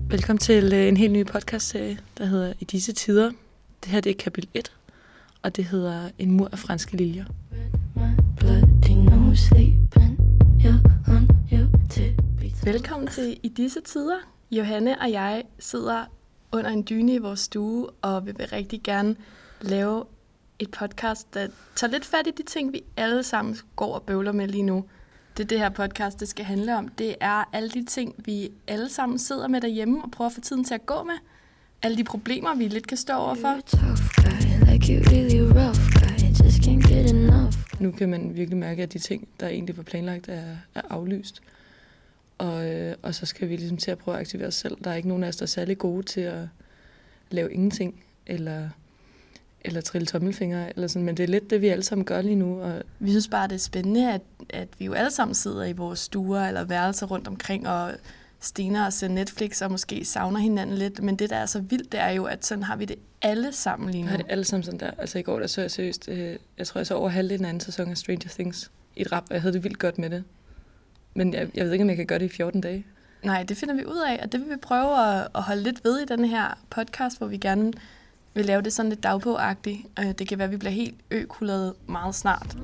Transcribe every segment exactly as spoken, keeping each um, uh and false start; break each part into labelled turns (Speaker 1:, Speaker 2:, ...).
Speaker 1: Velkommen til en helt ny podcastserie, der hedder I disse tider. Det her det er kapitel et, og det hedder En mur af franske liljer. Velkommen til I disse tider. Johanne og jeg sidder under en dyne i vores stue, og vi vil rigtig gerne lave et podcast, der tager lidt fat i de ting, vi alle sammen går og bøvler med lige nu. Det det her podcast, det skal handle om, det er alle de ting, vi alle sammen sidder med derhjemme og prøver at få tiden til at gå med. Alle de problemer, vi lidt kan stå overfor. Nu kan man virkelig mærke, at de ting, der egentlig var planlagt, er, er aflyst. Og, øh, og så skal vi ligesom til at prøve at aktivere os selv. Der er ikke nogen af os, der er særlig gode til at lave ingenting, eller... eller trille tommelfingre, eller sådan, men det er lidt det, vi alle sammen gør lige nu. Og vi synes bare, det er spændende, at, at vi jo alle sammen sidder i vores stuer eller værelser rundt omkring og stener og ser Netflix og måske savner hinanden lidt, men det, der er så vildt, det er jo, at sådan har vi det alle sammen lige nu. Vi har det alle sammen sådan der. Altså i går, der så jeg seriøst, øh, jeg tror, jeg så over halvdelen af anden sæson af Stranger Things i et rap, og jeg havde det vildt godt med det. Men jeg, jeg ved ikke, om jeg kan gøre det i fjorten dage. Nej, det finder vi ud af, og det vil vi prøve at, at holde lidt ved i den her podcast, hvor vi gerne vi laver det sådan lidt dagbogagtigt. Det kan være, at vi bliver helt økullet meget snart.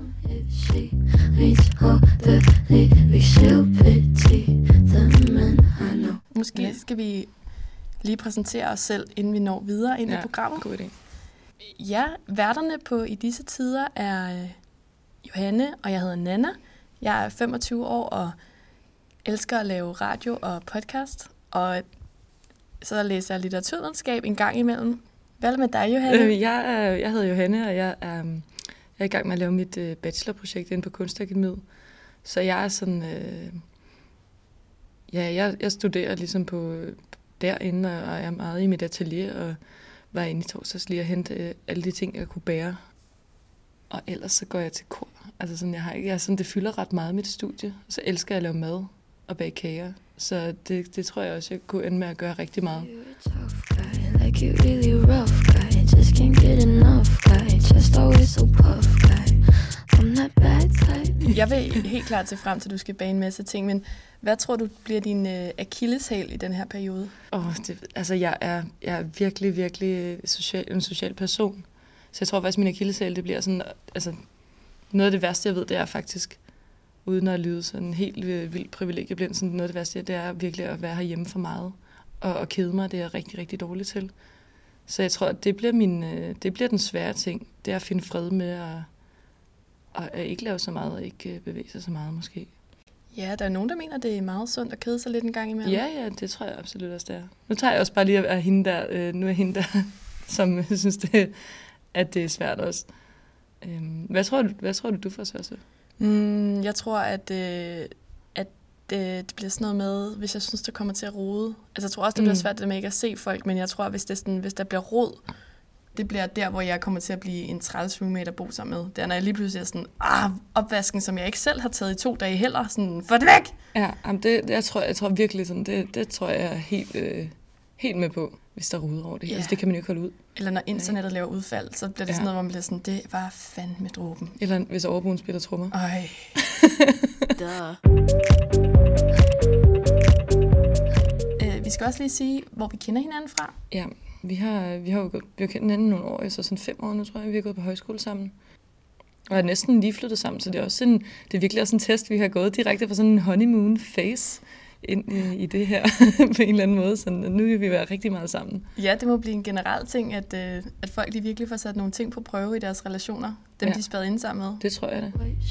Speaker 1: Måske skal vi lige præsentere os selv, inden vi når videre ind ja, i programmet. God idé. Ja, værterne på I disse tider er Johanne, og jeg hedder Nana. Jeg er femogtyve år og elsker at lave radio og podcast. Og så læser jeg litteraturvidenskab en gang imellem. Hvad med dig, Johanne? Øh, jeg, er, jeg hedder Johanne, og jeg er, jeg er i gang med at lave mit øh, bachelorprojekt inde på Kunstakademiet. Så jeg er sådan... Øh, ja, jeg, jeg studerer ligesom på derinde, og, og er meget i mit atelier, og var inde i torsdags lige at hente øh, alle de ting, jeg kunne bære. Og ellers så går jeg til kor. Altså sådan, jeg har, jeg, sådan, det fylder ret meget mit studie. Så elsker jeg at lave mad og bage kager. Så det, det tror jeg også, jeg kunne ende med at gøre rigtig meget. Like you really rough guy, just can't get enough guy, just always so puff guy, I'm that bad type. Jeg vil helt klart se frem til, at du skal bage en masse ting, men hvad tror du bliver din uh, akilleshæl i den her periode? Åh, oh, altså jeg er, jeg er virkelig, virkelig social, en social person, så jeg tror faktisk, min akilleshæl, det bliver sådan, altså noget af det værste, jeg ved, det er faktisk, uden at lyde sådan helt vildt privilegieblind, sådan noget af det værste, det er virkelig at være herhjemme for meget. Og, og kede mig, det er jeg rigtig, rigtig dårligt til. Så jeg tror, at det bliver, min, det bliver den svære ting. Det er at finde fred med at, at ikke lave så meget og ikke bevæge sig så meget, måske. Ja, der er nogen, der mener, det er meget sundt at kede sig lidt en gang imellem. Ja, ja, det tror jeg absolut også, det er. Nu tager jeg også bare lige at være hende der, øh, nu er hende der, som synes, det, at det er svært også. Øhm, hvad, tror du, hvad tror du, du får så? Mm, jeg tror, at... Øh Det, det bliver sådan noget med, hvis jeg synes, det kommer til at rode. Altså, jeg tror også, det bliver svært det med ikke at se folk, men jeg tror, hvis, det sådan, hvis der bliver rod, det bliver der, hvor jeg kommer til at blive en træls roommate at bo sammen med. Det er, når jeg lige pludselig er sådan, ah, opvasken, som jeg ikke selv har taget i to dage heller, sådan, få det væk! Ja, det, det, jeg, tror, jeg tror virkelig sådan, det, det tror jeg er helt, øh, helt med på, hvis der ruder over det her. Yeah. Altså, det kan man jo ikke holde ud. Eller når internettet laver udfald, så bliver det ja. Sådan noget, hvor man bliver sådan, det var fandme dråben. Eller hvis overboen spiller trommer. Øj. Vi skal også lige sige, hvor vi kender hinanden fra. Ja, vi har, vi har jo gået, vi har kendt hinanden nogle år, så sådan fem år nu, tror jeg, vi har gået på højskole sammen. Og er næsten lige flyttet sammen, så det er også sådan, det er virkelig også en test, vi har gået direkte fra sådan en honeymoon phase ind i, i det her på en eller anden måde. Så nu vil vi være rigtig meget sammen. Ja, det må blive en generel ting, at, at folk de virkelig får sat nogle ting på prøve i deres relationer. Dem, ja. De spader ind sammen med. Det tror jeg da.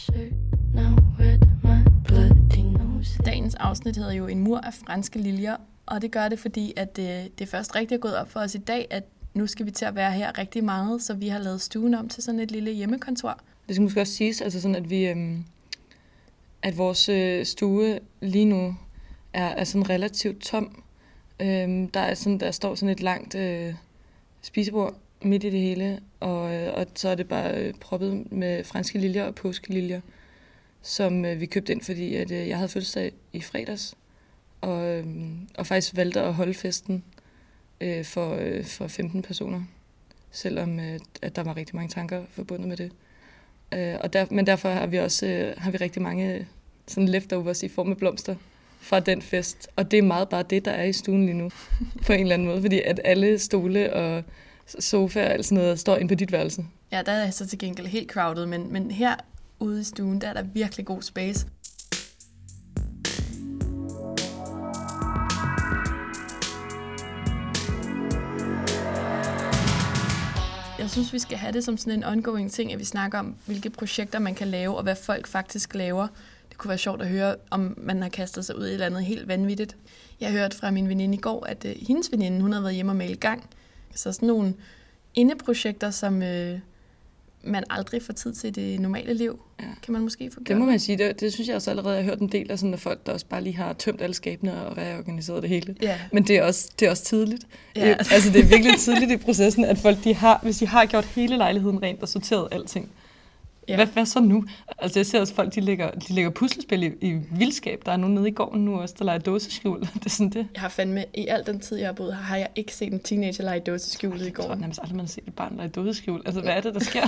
Speaker 1: Dagens afsnit hedder jo En mur af franske liljer, og det gør det, fordi at det, det er først rigtig gået op for os i dag, at nu skal vi til at være her rigtig meget, så vi har lavet stuen om til sådan et lille hjemmekontor. Det skal måske også siges, altså sådan, at, vi, øhm, at vores øh, stue lige nu er, er sådan relativt tom. Øhm, der, er sådan, der står sådan et langt øh, spisebord midt i det hele, og, øh, og så er det bare øh, proppet med franske liljer og påskeliljer, som øh, vi købte ind, fordi at, øh, jeg havde fødselsdag i fredags, og, øh, og faktisk valgte at holde festen øh, for, øh, for femten personer, selvom øh, at der var rigtig mange tanker forbundet med det. Øh, og der, men derfor har vi også øh, har vi rigtig mange sådan leftovers i form af blomster,
Speaker 2: fra den fest. Og det er meget bare det, der er i stuen lige nu, på en eller anden måde. Fordi at alle stole og sofaer og alt sådan noget står inde på dit værelse.
Speaker 1: Ja, der er så til gengæld helt crowded, men, men her ude i stuen, der er der virkelig god space. Jeg synes, vi skal have det som sådan en ongoing ting, at vi snakker om, hvilke projekter man kan lave, og hvad folk faktisk laver. Det kunne være sjovt at høre, om man har kastet sig ud i et eller andet helt vanvittigt. Jeg hørte fra min veninde i går, at uh, hendes veninde, hun havde været hjemme og male gang. Så sådan nogle indeprojekter, som uh, man aldrig får tid til i det normale liv, ja. Kan man måske få gjort.
Speaker 2: Det må man sige. Det, det synes jeg også allerede, jeg har hørt en del af sådan, at folk, der også bare lige har tømt alle skabene og reorganiseret det hele. Ja. Men det er også, det er også tidligt. Ja. Øh, altså det er virkelig tidligt i processen, at folk, de har, hvis de har gjort hele lejligheden rent og sorteret alting, ja. Hvad, hvad så nu? Altså jeg ser også folk, de lægger, de lægger puslespil i, i vildskab. Der er nogen nede i gården nu også, der leger dåseskjul. Det er sådan det.
Speaker 1: Jeg har fandme, i al den tid, jeg har boet her, har jeg ikke set en teenager lege dåseskjul i gården. Jeg tror
Speaker 2: nærmest aldrig, man har set et barn lege dåseskjul. Altså hvad er det, der sker?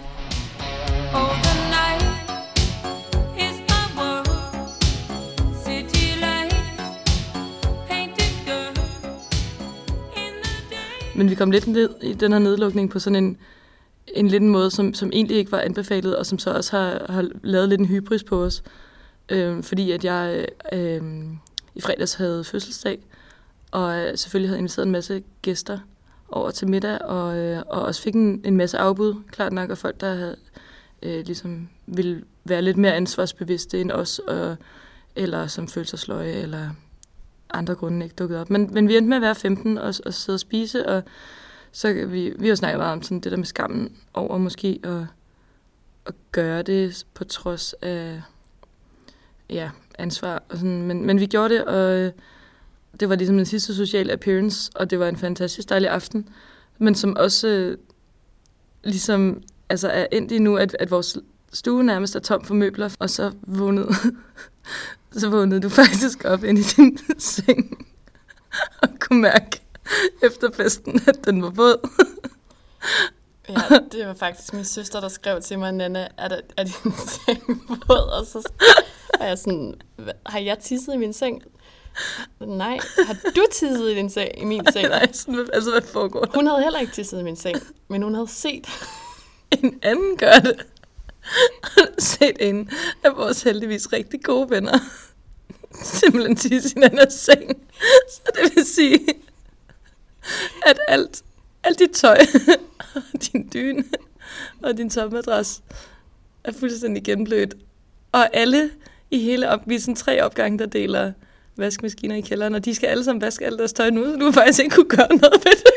Speaker 2: Men vi kom lidt ned i den her nedlukning på sådan en en lidt en måde, som, som egentlig ikke var anbefalet, og som så også har, har lavet lidt en hybris på os. Øhm, fordi at jeg øhm, i fredags havde fødselsdag, og selvfølgelig havde inviteret en masse gæster over til middag, og, øh, og også fik en, en masse afbud, klart nok, af folk, der havde, øh, ligesom ville være lidt mere ansvarsbevidste end os, og, eller som følte sig sløje, eller andre grunde ikke dukket op. Men, men vi endte med at være femten og, og sidde og spise, og så vi, vi har snakket meget om sådan det der med skammen over måske at, at gøre det på trods af ja, ansvar. Og sådan. Men, men vi gjorde det, og det var ligesom den sidste sociale appearance, og det var en fantastisk dejlig aften. Men som også øh, ligesom altså er endt i nu, at, at vores stue nærmest er tom for møbler, og så vågnede, så vågnede du faktisk op ind i din seng og kunne mærke efter festen, at den var våd.
Speaker 1: Ja, det var faktisk min søster, der skrev til mig, Nana, er, der, er din seng våd? Og så var jeg sådan, har jeg tisset i min seng? Nej, har du tisset i, din seng, i min seng?
Speaker 2: Nej, sådan, altså hvad foregår der?
Speaker 1: Hun havde heller ikke tisset i min seng, men hun havde set
Speaker 2: en anden gør det. Set en af vores heldigvis rigtig gode venner simpelthen tisse i hinandens seng. Så det vil sige, at alt, alt dit tøj, din dyne og din topmadras er fuldstændig gennemblødt. Og alle i hele op, vi er sådan tre opgange, der deler vaskemaskiner i kælderen, og de skal alle sammen vaske alt deres tøj nu, så du faktisk ikke kunne gøre noget ved det.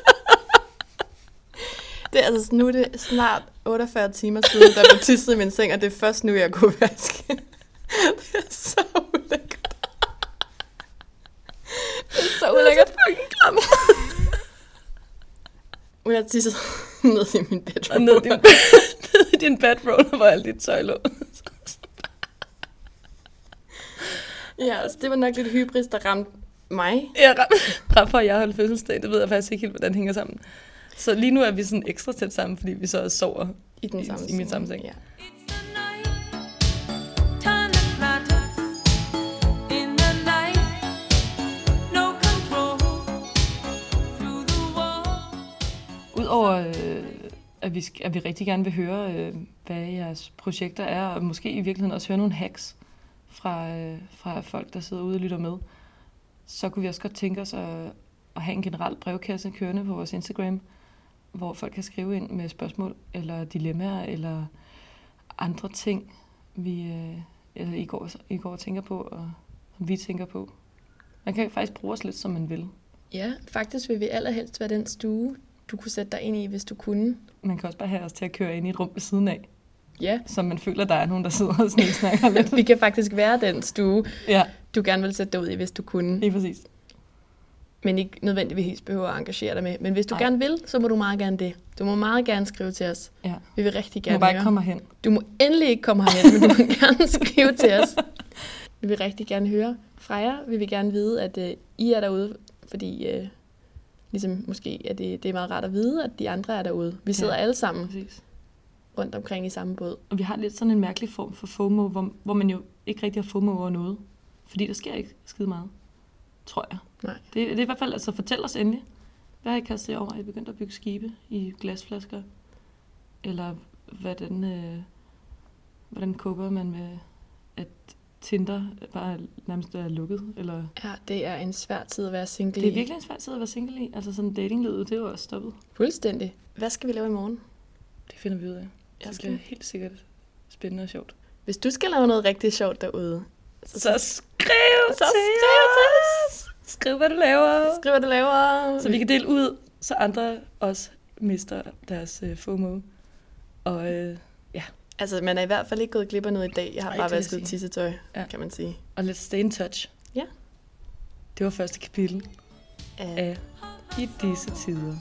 Speaker 1: Det er altså, nu er det snart otteogfyrre timer siden, der blev tisset i min seng, og det er først nu, jeg kunne vaske. Det er så ulækkert. Det er så ulækkert. Det er fucking klam. Jeg har tisset ned i min bedroll.
Speaker 2: Og ned i din, ned i din bedroll, hvor alt dit tøj lå.
Speaker 1: Ja, altså, det var nok lidt hybris, der ramte mig.
Speaker 2: Ja, ram for at jeg holdt fødselsdag, det ved jeg faktisk ikke helt, hvordan det hænger sammen. Så lige nu er vi sådan ekstra tæt sammen, fordi vi så også sover
Speaker 1: i, den samme
Speaker 2: i, i min samme seng.
Speaker 1: Ja. Udover øh, at, vi, at vi rigtig gerne vil høre, øh, hvad jeres projekter er, og måske i virkeligheden også høre nogle hacks fra, øh, fra folk, der sidder ude og lytter med, så kunne vi også godt tænke os at, at have en generel brevkasse kørende på vores Instagram, hvor folk kan skrive ind med spørgsmål, eller dilemmaer, eller andre ting, vi øh, i, går, i går tænker på, og som vi tænker på. Man kan faktisk bruge os lidt, som man vil. Ja, faktisk vil vi allerhelst være den stue, du kunne sætte dig ind i, hvis du kunne. Man kan også bare have os til at køre ind i et rum ved siden af. Ja. Så man føler, der er nogen, der sidder og snakker lidt. Vi kan faktisk være den stue, ja. Du gerne vil sætte dig ud i, hvis du kunne. Lige præcis. Men ikke nødvendigvis behøver at engagere dig med. Men hvis du Nej. gerne vil, så må du meget gerne det. Du må meget gerne skrive til os. Ja. Vi vil rigtig gerne høre. Du må bare ikke komme herhen. Du må endelig ikke komme herhen, men du må gerne skrive til os. Vi vil rigtig gerne høre fra jer. Vi vil gerne vide, at uh, I er derude, fordi uh, ligesom måske er det, det er meget rart at vide, at de andre er derude. Vi sidder ja. alle sammen Præcis. rundt omkring i samme båd. Og vi har lidt sådan en mærkelig form for FOMO, hvor, hvor man jo ikke rigtig har FOMO over noget.
Speaker 2: Fordi der sker ikke skide meget, tror jeg.
Speaker 1: Nej.
Speaker 2: Det, det er i hvert fald, altså fortæl os endelig. Hvad har I kastet jer over? Er I begyndt at bygge skibe i glasflasker? Eller hvordan, øh, hvordan koper man med, at Tinder bare nærmest er lukket? Eller?
Speaker 1: Ja, det er en svær tid at være single i.
Speaker 2: Det er virkelig en svær tid at være single i. Altså sådan datinglivet, det er jo også stoppet.
Speaker 1: Fuldstændig. Hvad skal vi lave i morgen?
Speaker 2: Det finder vi ud af. Det bliver helt sikkert spændende og sjovt.
Speaker 1: Hvis du skal lave noget rigtig sjovt derude,
Speaker 2: så, så skriv
Speaker 1: så til os!
Speaker 2: Skriv, hvad du laver.
Speaker 1: Skriv, hvad du laver.
Speaker 2: Så vi kan dele ud, så andre også mister deres uh, FOMO. Og uh, ja.
Speaker 1: Altså, man er i hvert fald ikke gået glip af noget i dag. Jeg har
Speaker 2: Ej,
Speaker 1: bare vasket tissetøj,
Speaker 2: ja.
Speaker 1: kan man sige.
Speaker 2: Og let's stay in touch.
Speaker 1: Ja.
Speaker 2: Det var første kapitel
Speaker 1: af,
Speaker 2: af I disse tider.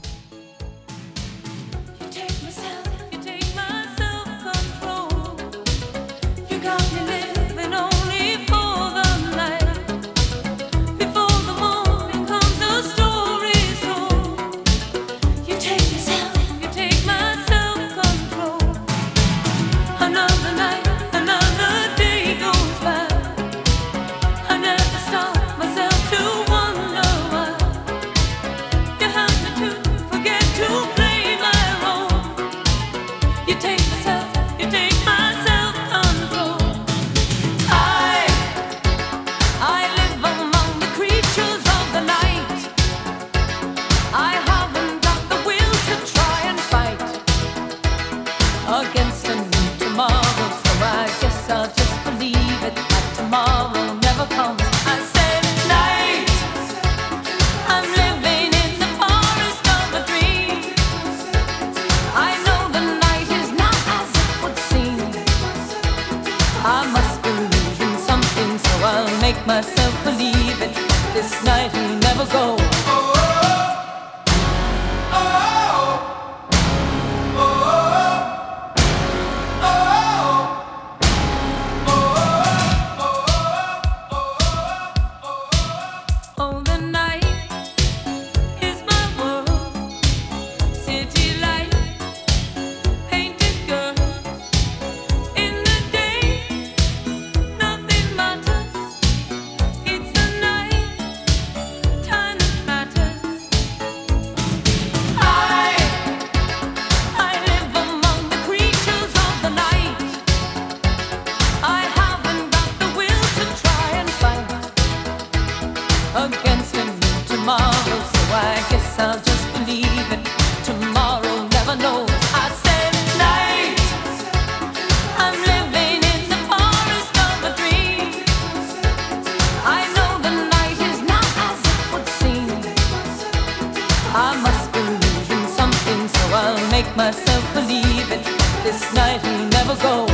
Speaker 3: Myself believe it. This night will never go. Against me tomorrow, so I guess I'll just believe it. Tomorrow never knows. I said night, I'm living in the forest of a dream. I know the night is not as it would seem. I must believe in something, so I'll make myself believe it. This night will never go.